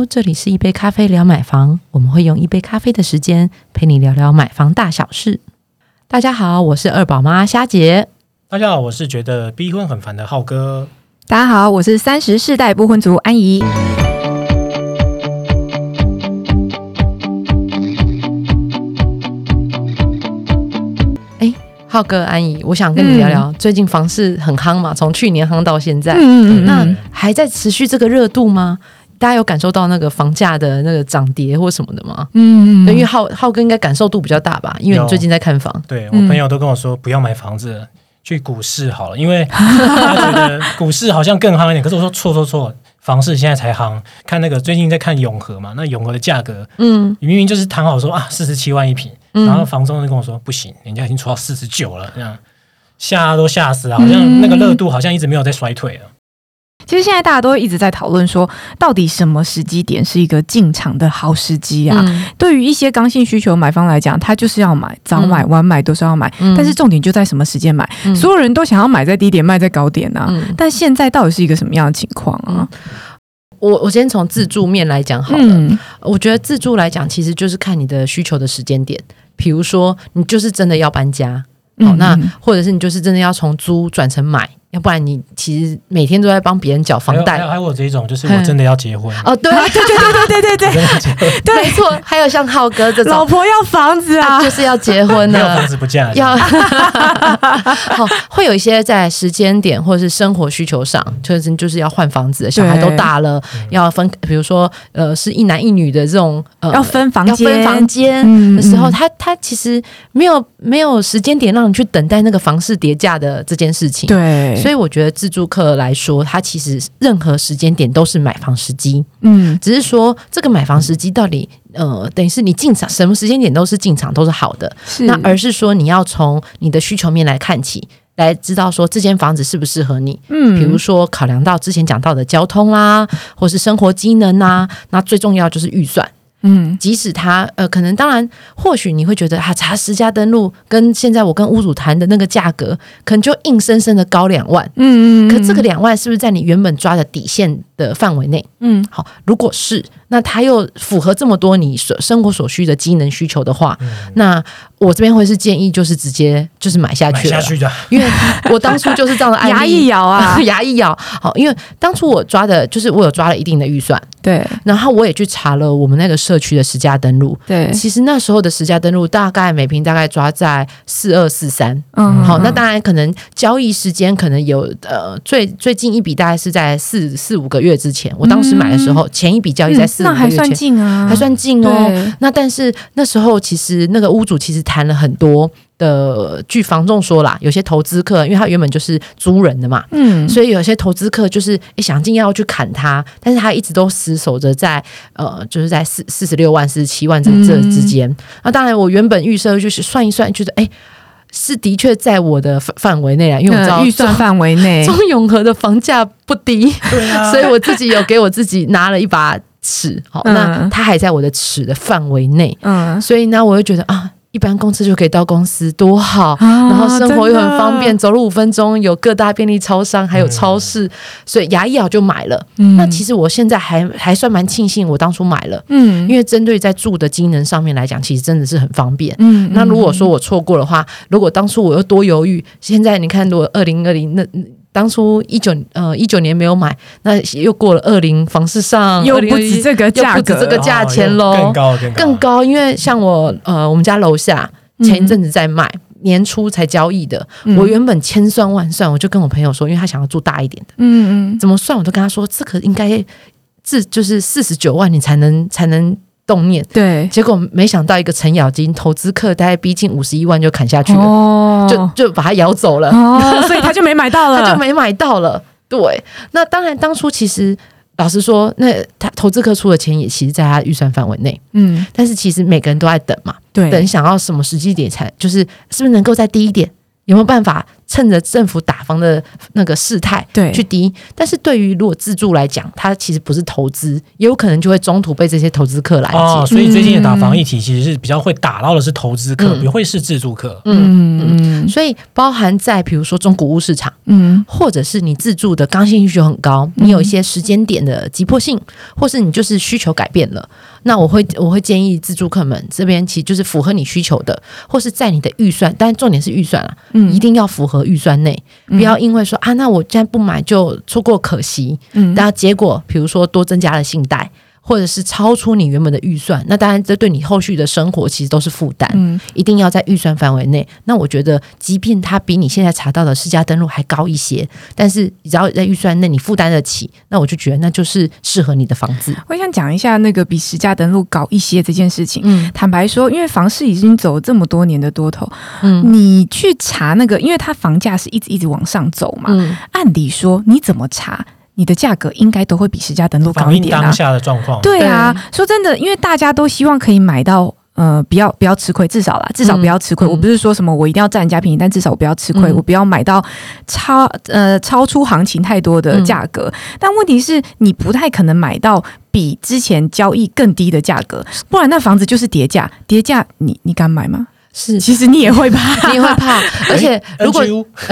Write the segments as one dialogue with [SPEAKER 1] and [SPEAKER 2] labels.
[SPEAKER 1] Hello， 这里是一杯咖啡聊买房，我们会用一杯咖啡的时间陪你聊聊买房大小事。大家好，我是二宝妈虾姐。
[SPEAKER 2] 大家好，我是觉得逼婚很烦的浩哥。
[SPEAKER 3] 大家好，我是30世代不婚族安怡。
[SPEAKER 1] 浩哥、安怡，我想跟你聊聊，最近房市很夯嘛，从去年夯到现在，那还在持续这个热度吗？大家有感受到那个房价的那个涨跌或什么的吗？因为浩哥应该感受度比较大吧，因为你最近在看房。
[SPEAKER 2] 对，我朋友都跟我说不要买房子了，去股市好了，因为他觉得股市好像更夯一点。可是我说错，房市现在才夯。看那个最近在看永和嘛，那永和的价格，明明就是谈好说啊47万一坪，然后房东就跟我说不行，人家已经出到49了，这样吓都吓死了，好像那个热度好像一直没有在衰退了。
[SPEAKER 3] 其实现在大家都一直在讨论说，到底什么时机点是一个进场的好时机啊？对于一些刚性需求买方来讲，他就是要买，早买晚买都是要买，但是重点就在什么时间买。所有人都想要买在低点，卖在高点啊。但现在到底是一个什么样的情况啊？
[SPEAKER 1] 我先从自住面来讲好了。我觉得自住来讲，其实就是看你的需求的时间点。比如说，你就是真的要搬家，那或者是你就是真的要从租转成买。要不然你其实每天都在帮别人缴房贷，
[SPEAKER 2] 还有这种就是我真的要结婚
[SPEAKER 1] 哦，对，没错，还有像浩哥这种
[SPEAKER 3] 老婆要房子啊，
[SPEAKER 1] 就是要结婚了，
[SPEAKER 2] 没有房子不嫁，
[SPEAKER 1] 要好，会有一些在时间点或者是生活需求上，就是要换房子，小孩都大了，要分，比如说是一男一女的这种
[SPEAKER 3] 要分房
[SPEAKER 1] 间的时候，他其实没有时间点让你去等待那个房市跌价的这件事情，
[SPEAKER 3] 对。
[SPEAKER 1] 所以我觉得自住客来说，他其实任何时间点都是买房时机，只是说这个买房时机到底等于是你进场什么时间点都是进场都是好的，那而是说你要从你的需求面来看起，来知道说这间房子适不适合你，比如说考量到之前讲到的交通啦，或是生活机能啊，那最重要就是预算。即使他可能当然或许你会觉得查实价登录跟现在我跟屋主谈的那个价格可能就硬生生的高2万，可这个2万是不是在你原本抓的底线的范围内？好，如果是，那他又符合这么多你生活所需的机能需求的话，那我这边会是建议就是直接就是买下去了，因为我当初就是这样的案例，
[SPEAKER 3] 牙一咬啊，
[SPEAKER 1] 牙一咬。好，因为当初我抓的就是我有抓了一定的预算，
[SPEAKER 3] 对，
[SPEAKER 1] 然后我也去查了我们那个社区的实价登录，对，其实那时候的实价登录大概每坪大概抓在4243，好，那当然可能交易时间可能有最近一笔大概是在4-5个月之前，我当时买的时候前一笔交易在4-5个月前，
[SPEAKER 3] 那还算近啊，
[SPEAKER 1] 还算近哦。那但是那时候其实那个屋主其实谈了很多的，据房仲说啦，有些投资客因为他原本就是租人的嘛，所以有些投资客就是想尽要去砍他，但是他一直都死守着在就是在46万47万这之间。那当然我原本预设就是算一算觉得是的确在我的范围内啊，因为我知道
[SPEAKER 3] 预算范围内
[SPEAKER 1] 中永和的房价不低，所以我自己有给我自己拿了一把尺，好，那它还在我的尺的范围内，所以呢我就觉得一般公司就可以到公司多好，然后生活又很方便，走路5分钟有各大便利超商还有超市，所以牙一咬就买了。那其实我现在还算蛮庆幸我当初买了，因为针对在住的机能上面来讲，其实真的是很方便。那如果说我错过的话，如果当初我又多犹豫，现在你看如果2020那当初19年没有买，那又过了20房市上
[SPEAKER 3] 又不止这个价格，
[SPEAKER 1] 又不止这个价钱咯，更高。因为像我们家楼下前一阵子在卖，年初才交易的，我原本千算万算，我就跟我朋友说，因为他想要住大一点的，怎么算我都跟他说，这个应该就是49万你才能动念，对，结果没想到一个程咬金投资客大概逼近51万就砍下去了，就把他咬走了，
[SPEAKER 3] 所以他就没买到了，
[SPEAKER 1] 他就没买到了。对，那当然当初其实老实说，那他投资客出的钱也其实在他预算范围内，但是其实每个人都在等嘛，对，等想要什么时机点才是不是能够再低一点，有没有办法趁着政府打房的那个事态去低，但是对于如果自住来讲，它其实不是投资，也有可能就会中途被这些投资客拦截。
[SPEAKER 2] 所以最近的打房议题其实是比较会打到的是投资客，不会是自住客。
[SPEAKER 1] 所以包含在比如说中古屋市场，或者是你自住的刚性需求很高，你有一些时间点的急迫性，或是你就是需求改变了，那我会建议自住客们这边其实就是符合你需求的，或是在你的预算，但重点是预算啦，一定要符合预算内，不要因为说那我现在不买就错过可惜，但结果比如说多增加了信贷，或者是超出你原本的预算，那当然这对你后续的生活其实都是负担，一定要在预算范围内。那我觉得即便它比你现在查到的市价登录还高一些，但是只要在预算内你负担得起，那我就觉得那就是适合你的房子。
[SPEAKER 3] 我想讲一下那个比市价登录高一些这件事情。坦白说，因为房市已经走了这么多年的多头，你去查那个，因为它房价是一直往上走嘛，按理说你怎么查你的价格应该都会比实价登录高一点
[SPEAKER 2] 反映当下的状况。
[SPEAKER 3] 对啊，说真的，因为大家都希望可以买到不要吃亏，至少不要吃亏。我不是说什么我一定要占人家便宜，但至少我不要吃亏，我不要买到超出行情太多的价格。但问题是你不太可能买到比之前交易更低的价格，不然那房子就是跌价，你敢买吗？
[SPEAKER 1] 是，
[SPEAKER 3] 其实你也会怕，
[SPEAKER 1] 你也会怕，而且如果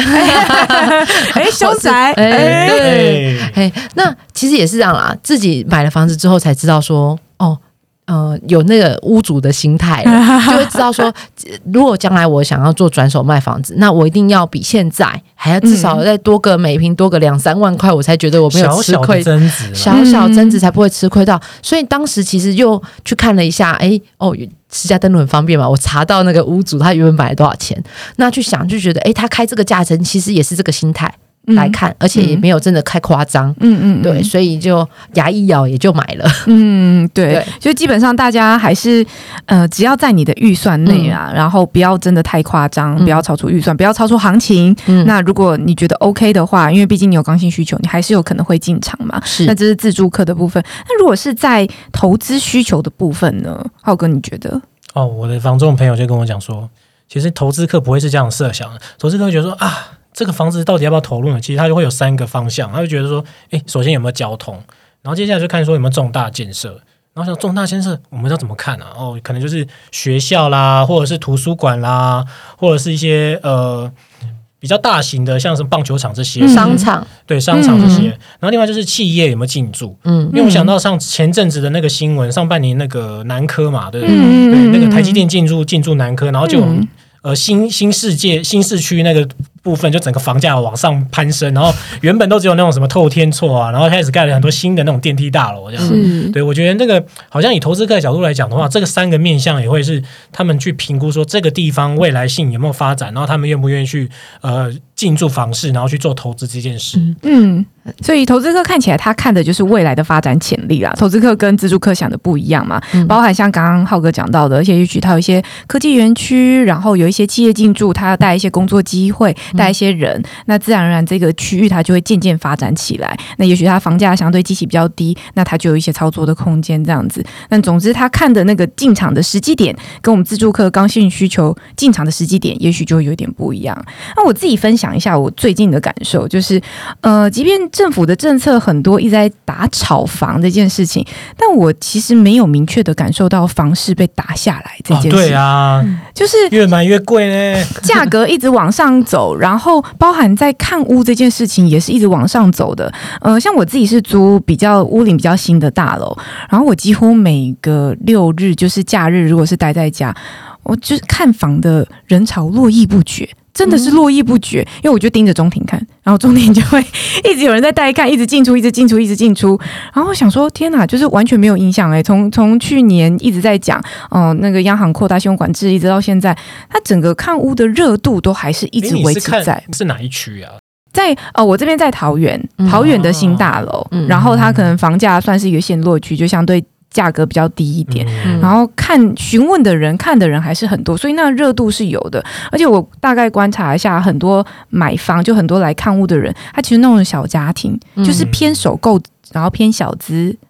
[SPEAKER 3] 凶宅，
[SPEAKER 1] 那其实也是这样啦。自己买了房子之后才知道说，有那个屋主的心态了，就会知道说，如果将来我想要做转手卖房子，那我一定要比现在还要至少再多个每平多个2-3万块，我才觉得我没有吃亏，小小增值才不会吃亏到。所以当时其实又去看了一下，实价登录很方便嘛，我查到那个屋主他原本买了多少钱，那去想就觉得，他开这个价钱其实也是这个心态来看，而且也没有真的太夸张，对，所以就牙一咬也就买了，
[SPEAKER 3] 对，就基本上大家还是只要在你的预算内啊，然后不要真的太夸张，不要超出预算，不要超出行情。那如果你觉得 OK 的话，因为毕竟你有刚性需求，你还是有可能会进场嘛。那这是自住客的部分。那如果是在投资需求的部分呢？浩哥，你觉得？
[SPEAKER 2] 我的房仲朋友就跟我讲说，其实投资客不会是这样设想的，投资客会觉得说这个房子到底要不要投入呢？其实他就会有3个方向，他就觉得说，首先有没有交通，然后接下来就看说有没有重大建设，然后像重大建设我们要怎么看啊？可能就是学校啦，或者是图书馆啦，或者是一些比较大型的，像什么棒球场这些
[SPEAKER 1] 商场，
[SPEAKER 2] 对，商场这些。然后另外就是企业有没有进驻，因为我想到上前阵子的那个新闻，上半年那个南科嘛，对，那个台积电进驻南科，然后就新市区那个部分就整个房价往上攀升，然后原本都只有那种什么透天厝啊，然后开始盖了很多新的那种电梯大楼这样。对，我觉得那个好像以投资客的角度来讲的话，这个3个面向也会是他们去评估说这个地方未来性有没有发展，然后他们愿不愿意去进驻房市，然后去做投资这件事。
[SPEAKER 3] 所以投资客看起来他看的就是未来的发展潜力啦，投资客跟自住客想的不一样嘛，包含像刚刚浩哥讲到的，而且也许他有一些科技园区，然后有一些企业进驻，他要带一些工作机会，带一些人，那自然而然这个区域它就会渐渐发展起来。那也许它房价相对基期比较低，那它就有一些操作的空间这样子。但总之他看的那个进场的时机点，跟我们自住客刚性需求进场的时机点，也许就有点不一样。那我自己分享一下我最近的感受，就是即便政府的政策很多一直在打炒房这件事情，但我其实没有明确的感受到房市被打下来这件事。
[SPEAKER 2] 对啊，
[SPEAKER 3] 就是
[SPEAKER 2] 越买越贵呢，
[SPEAKER 3] 价格一直往上走，然后包含在看屋这件事情也是一直往上走的。像我自己是租比较屋龄比较新的大楼，然后我几乎每个6日就是假日，如果是待在家，我就是看房的人潮络绎不绝。真的是络绎不绝，因为我就盯着中庭看，然后中庭就会一直有人在带看，一直进出，一直进出，一直进出。然后我想说，天哪，就是完全没有印象从去年一直在讲，那个央行扩大信用管制，一直到现在，它整个看屋的热度都还是一直维持在。
[SPEAKER 2] 是哪一区啊？
[SPEAKER 3] 在我这边在桃园的新大楼，然后它可能房价算是一个陷落区，就相对价格比较低一点，然后询问的人看的人还是很多，所以那热度是有的。而且我大概观察一下，很多买房就很多来看屋的人，他其实那种小家庭，就是偏首购，然后偏小资，然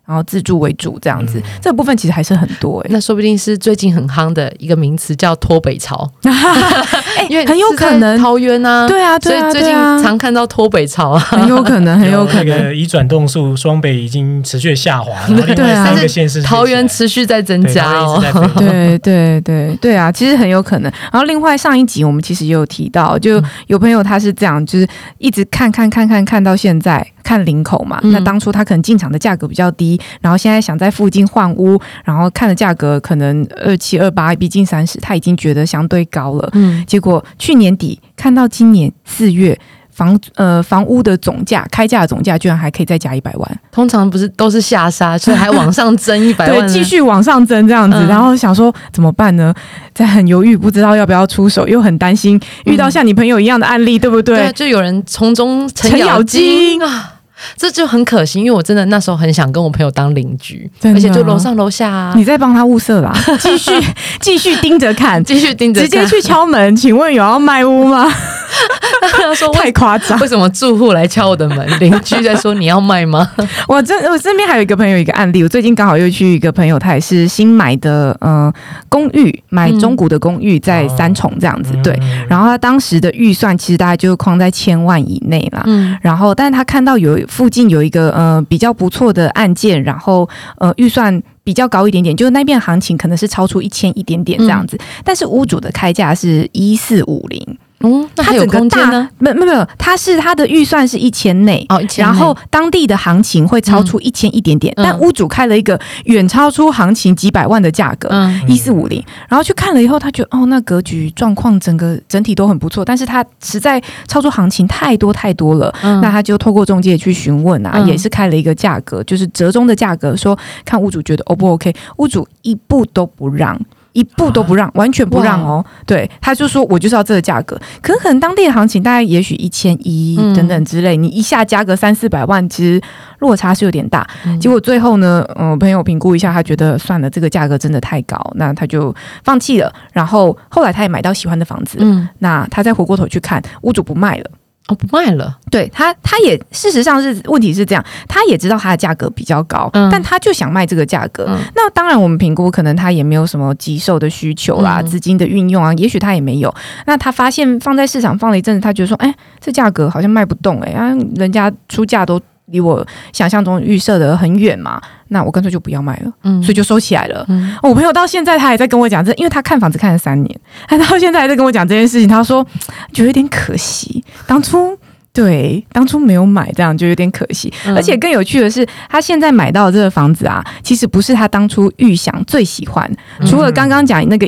[SPEAKER 3] 然后自住为主这样子，这个部分其实还是很多
[SPEAKER 1] 那说不定是最近很夯的一个名词叫脱北潮，因为
[SPEAKER 3] 很有可能
[SPEAKER 1] 桃园啊，
[SPEAKER 3] 对啊，
[SPEAKER 1] 所以最近常看到脱北潮啊，
[SPEAKER 3] 很有可能，很有可能。
[SPEAKER 2] 移转动数，双北已经持续下滑，然后另外3个县市，
[SPEAKER 1] 桃园持续在增加哦。
[SPEAKER 3] 对啊，其实很有可能。然后另外上一集我们其实也有提到，就有朋友他是这样，就是一直看到现在。看林口嘛，那当初他可能进场的价格比较低，然后现在想在附近换屋，然后看的价格可能27、28，逼近30，他已经觉得相对高了。结果去年底看到今年4月。房屋的总价开价的总价居然还可以再加100万，
[SPEAKER 1] 通常不是都是下杀，所以还往上增100万，
[SPEAKER 3] 对，继续往上增这样子，然后想说怎么办呢？在很犹豫，不知道要不要出手，又很担心遇到像你朋友一样的案例，对不对？
[SPEAKER 1] 对，就有人从中程咬金啊。这就很可惜，因为我真的那时候很想跟我朋友当邻居，而且就楼上楼下啊。
[SPEAKER 3] 你在帮他物色啦，继续盯着看，
[SPEAKER 1] 继续盯着看，
[SPEAKER 3] 直接去敲门，请问有要卖屋吗？
[SPEAKER 1] 他说
[SPEAKER 3] 太夸张，
[SPEAKER 1] 为什么住户来敲我的门？邻居在说你要卖吗？
[SPEAKER 3] 我身边还有一个朋友一个案例，我最近刚好又去一个朋友，他也是新买的公寓，买中古的公寓在3重这样子，对。然后他当时的预算其实大概就框在1000万以内啦，然后但是他看到附近有一个比较不错的案件，然后预算比较高一点点，就是那边行情可能是超出1000一点点这样子，但是屋主的开价是1450。
[SPEAKER 1] 那还有空间呢？
[SPEAKER 3] 没有，他的预算是1000内，然后当地的行情会超出1000一点点，但屋主开了一个远超出行情几百万的价格，1450，然后去看了以后，他觉得那格局状况整体都很不错，但是他实在超出行情太多了，那他就透过中介去询问啊，也是开了一个价格，就是折中的价格，说看屋主觉得 O 不 OK， 屋主一步都不让。完全不让哦。对，他就说我就是要这个价格，可能当地的行情大概也许1100等等之类，你一下加个300-400万，其实落差是有点大。结果最后呢，朋友评估一下，他觉得算了，这个价格真的太高，那他就放弃了。然后后来他也买到喜欢的房子，那他再回过头去看，屋主不卖了。
[SPEAKER 1] 不卖了，
[SPEAKER 3] 对他也事实上是问题是这样，他也知道他的价格比较高，但他就想卖这个价格。那当然我们评估可能他也没有什么急售的需求啦，资金的运用啊，也许他也没有。那他发现放在市场放了一阵子，他觉得说，这价格好像卖不动人家出价都离我想象中预设的很远嘛，那我干脆就不要卖了，所以就收起来了。我朋友到现在他还在跟我讲因为他看房子看了3年，他到现在还在跟我讲这件事情。他说觉得有点可惜，当初没有买，这样就有点可惜。而且更有趣的是，他现在买到的这个房子啊，其实不是他当初预想最喜欢。除了刚刚讲那个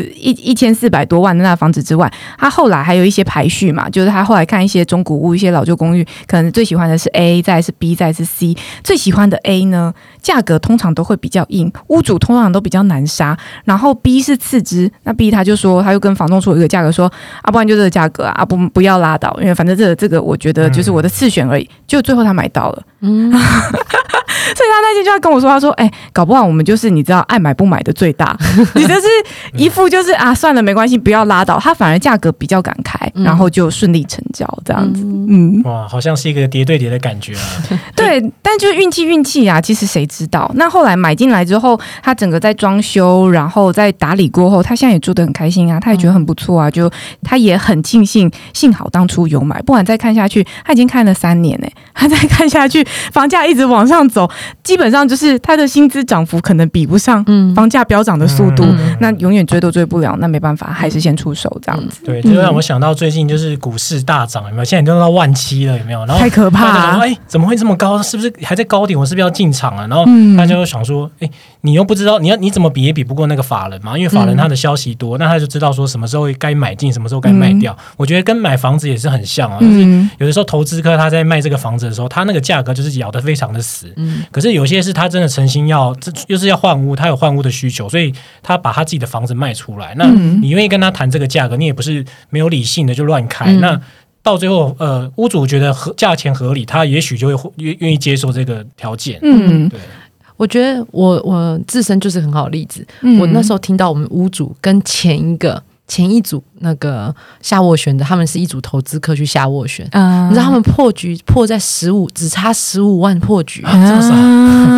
[SPEAKER 3] 1400多万的那房子之外，他后来还有一些排序嘛，就是他后来看一些中古屋、一些老旧公寓，可能最喜欢的是 A， 再是 B， 再是 C。最喜欢的 A 呢，价格通常都会比较硬，屋主通常都比较难杀。然后 B 是次之，那 B 他就跟房东说一个价格，说不然就这个价格啊，不要拉倒，因为反正这个我觉得就是我的次选而已。就最后他买到了，所以他那天就要跟我说，他说搞不好我们就是你知道爱买不买的最大，你就是一副就是算了没关系不要拉倒，他反而价格比较敢开，然后就顺利成交这样子。
[SPEAKER 2] 哇，好像是一个叠对叠的感觉啊。
[SPEAKER 3] 对，但就是运气啊，其实谁知道。那后来买进来之后，他整个在装修，然后在打理过后，他现在也住得很开心啊，他也觉得很不错啊，就他也很庆幸，幸好当初有买，不然再看下去，他已经看了3年他再看下去，房价一直往上走，基本上就是他的薪资涨幅可能比不上房价飙涨的速度，那永远追都追不了，那没办法，还是先出手这样子。
[SPEAKER 2] 对，这让我想到最近就是股市大涨，有没有？现在都到17000了，有没有？然后
[SPEAKER 3] 太可怕了，
[SPEAKER 2] 怎么会这么高？是不是还在高点？我是不是要进场啊？然后大家就想说，你又不知道，你怎么比也比不过那个法人嘛？因为法人他的消息多，那他就知道说什么时候该买进，什么时候该卖掉。我觉得跟买房子也是很像啊，就是有的时候投资客他在卖这个房子的时候，他那个价格就是咬得非常的死。可是有些是他真的诚心就是要换屋，他有换屋的需求，所以他把他自己的房子卖出来。那你愿意跟他谈这个价格，你也不是没有理性的就乱开。那到最后，屋主觉得价钱合理，他也许就会愿意接受这个条件。对。
[SPEAKER 1] 我觉得我自身就是很好的例子。我那时候听到我们屋主跟前一组那个下斡旋的，他们是一组投资客去下斡旋，你知道他们破局破在只差15万破局，
[SPEAKER 3] 这么少。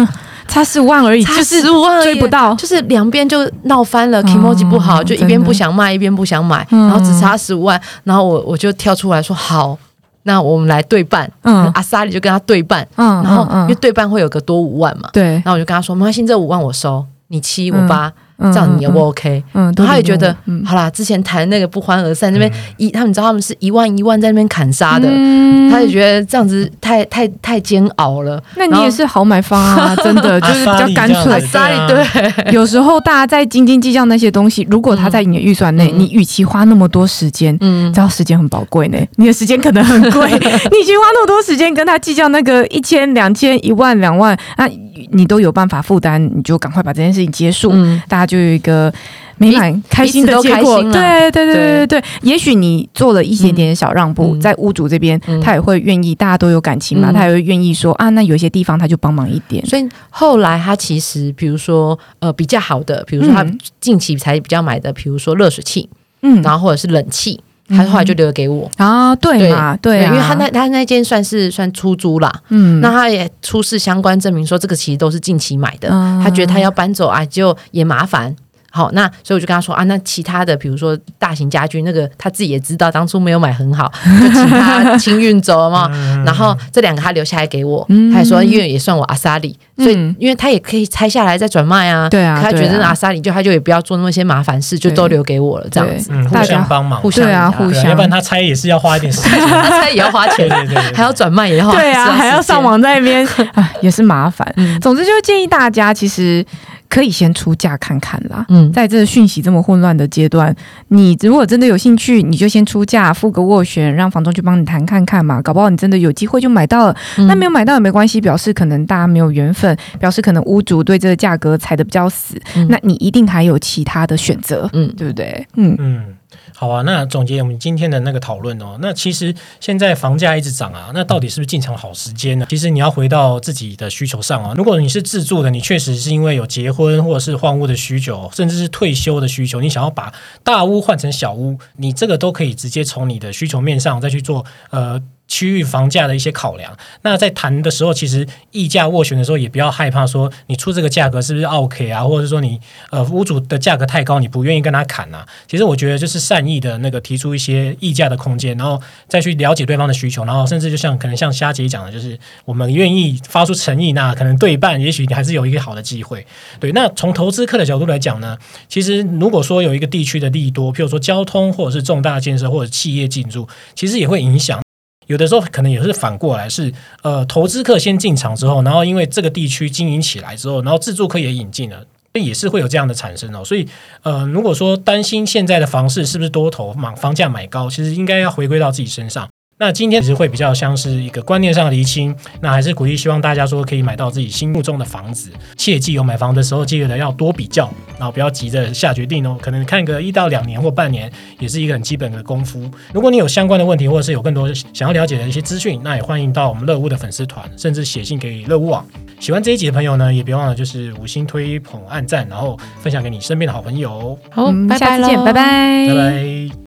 [SPEAKER 3] 差15万而已，
[SPEAKER 1] 差
[SPEAKER 3] 就是
[SPEAKER 1] 15万而已
[SPEAKER 3] 追不到，
[SPEAKER 1] 就是两边就闹翻了，Kimoji 不好，就一边不想卖，一边不想买，然后只差15万，然后我就跳出来说好。那我们来对半，阿萨里就跟他对半，然后因为对半会有个多5万嘛，
[SPEAKER 3] 对，
[SPEAKER 1] 然后我就跟他说，没关系，这5万我收，你7我8，这样你也不 OK，然后他也觉得好啦，之前谈那个不欢而散，那边他们知道他们是1万在那边砍杀的，他也觉得这样子太煎熬了。
[SPEAKER 3] 那你也是好买方啊，真的就是比较干脆。对，有时候大家在斤斤计较那些东西，如果他在你的预算内，你与其花那么多时间，知道时间很宝贵呢，你的时间可能很贵，你已经花那么多时间跟他计较那个1000、2000、1万、2万，那你都有办法负担，你就赶快把这件事情结束，大家就有一个美满开心的结果。对，也许你做了一点点小让步，在屋主这边，他也会愿意，大家都有感情嘛，他也会愿意说啊，那有些地方他就帮忙一点。
[SPEAKER 1] 所以后来他其实，比如说比较好的，比如说他近期才比较买的，比如说热水器，然后或者是冷气。他后来就留给我
[SPEAKER 3] 啊，对嘛，对啊，
[SPEAKER 1] 因为他那间算出租啦，那他也出示相关证明说这个其实都是近期买的，他觉得他要搬走啊，就也麻烦。好，那所以我就跟他说啊，那其他的比如说大型家具那个他自己也知道当初没有买很好，就请他清运走嘛。然后这2个他留下来给我，他还说因为也算我阿萨里，所以因为他也可以拆下来再转卖啊。
[SPEAKER 3] 对啊，
[SPEAKER 1] 他觉得阿萨里他就也不要做那么些麻烦事，就都留给我了这样子。
[SPEAKER 2] 互相帮忙，
[SPEAKER 1] 互相
[SPEAKER 2] 要不然他拆也是要花一点时间，
[SPEAKER 1] 他拆也要花钱，对，还要转卖也要花，
[SPEAKER 3] 对啊，还要上网在那边，也是麻烦。总之就建议大家其实可以先出价看看啦。在这讯息这么混乱的阶段，你如果真的有兴趣，你就先出价，付个斡旋，让房东去帮你谈看看嘛。搞不好你真的有机会就买到了，那没有买到也没关系，表示可能大家没有缘分，表示可能屋主对这个价格踩得比较死，那你一定还有其他的选择，对不对？
[SPEAKER 2] 好啊，那总结我们今天的那个讨论哦，那其实现在房价一直涨啊，那到底是不是进场好时间呢？其实你要回到自己的需求上啊。如果你是自住的，你确实是因为有结婚或者是换屋的需求，甚至是退休的需求，你想要把大屋换成小屋，你这个都可以直接从你的需求面上再去做区域房价的一些考量。那在谈的时候，其实议价斡旋的时候，也不要害怕说你出这个价格是不是 OK 啊，或者说你屋主的价格太高，你不愿意跟他砍啊。其实我觉得就是善意的那个提出一些议价的空间，然后再去了解对方的需求，然后甚至就像可能像虾姐讲的，就是我们愿意发出诚意，那可能对半，也许你还是有一个好的机会。对，那从投资客的角度来讲呢，其实如果说有一个地区的利多，譬如说交通或者是重大建设或者企业进驻，其实也会影响。有的时候可能也是反过来，是投资客先进场之后，然后因为这个地区经营起来之后，然后自住客也引进了，也是会有这样的产生哦。所以如果说担心现在的房市是不是多头房价买高，其实应该要回归到自己身上。那今天其实会比较像是一个观念上的厘清，那还是鼓励希望大家说可以买到自己心目中的房子，切记有买房的时候记得要多比较，然后不要急着下决定哦，可能看个1到2年或半年也是一个很基本的功夫。如果你有相关的问题，或者是有更多想要了解的一些资讯，那也欢迎到我们乐屋的粉丝团，甚至写信给乐屋网。喜欢这一集的朋友呢，也别忘了就是5星推捧按赞，然后分享给你身边的好朋友。
[SPEAKER 1] 好，
[SPEAKER 3] 下次见，拜拜，
[SPEAKER 2] 拜拜。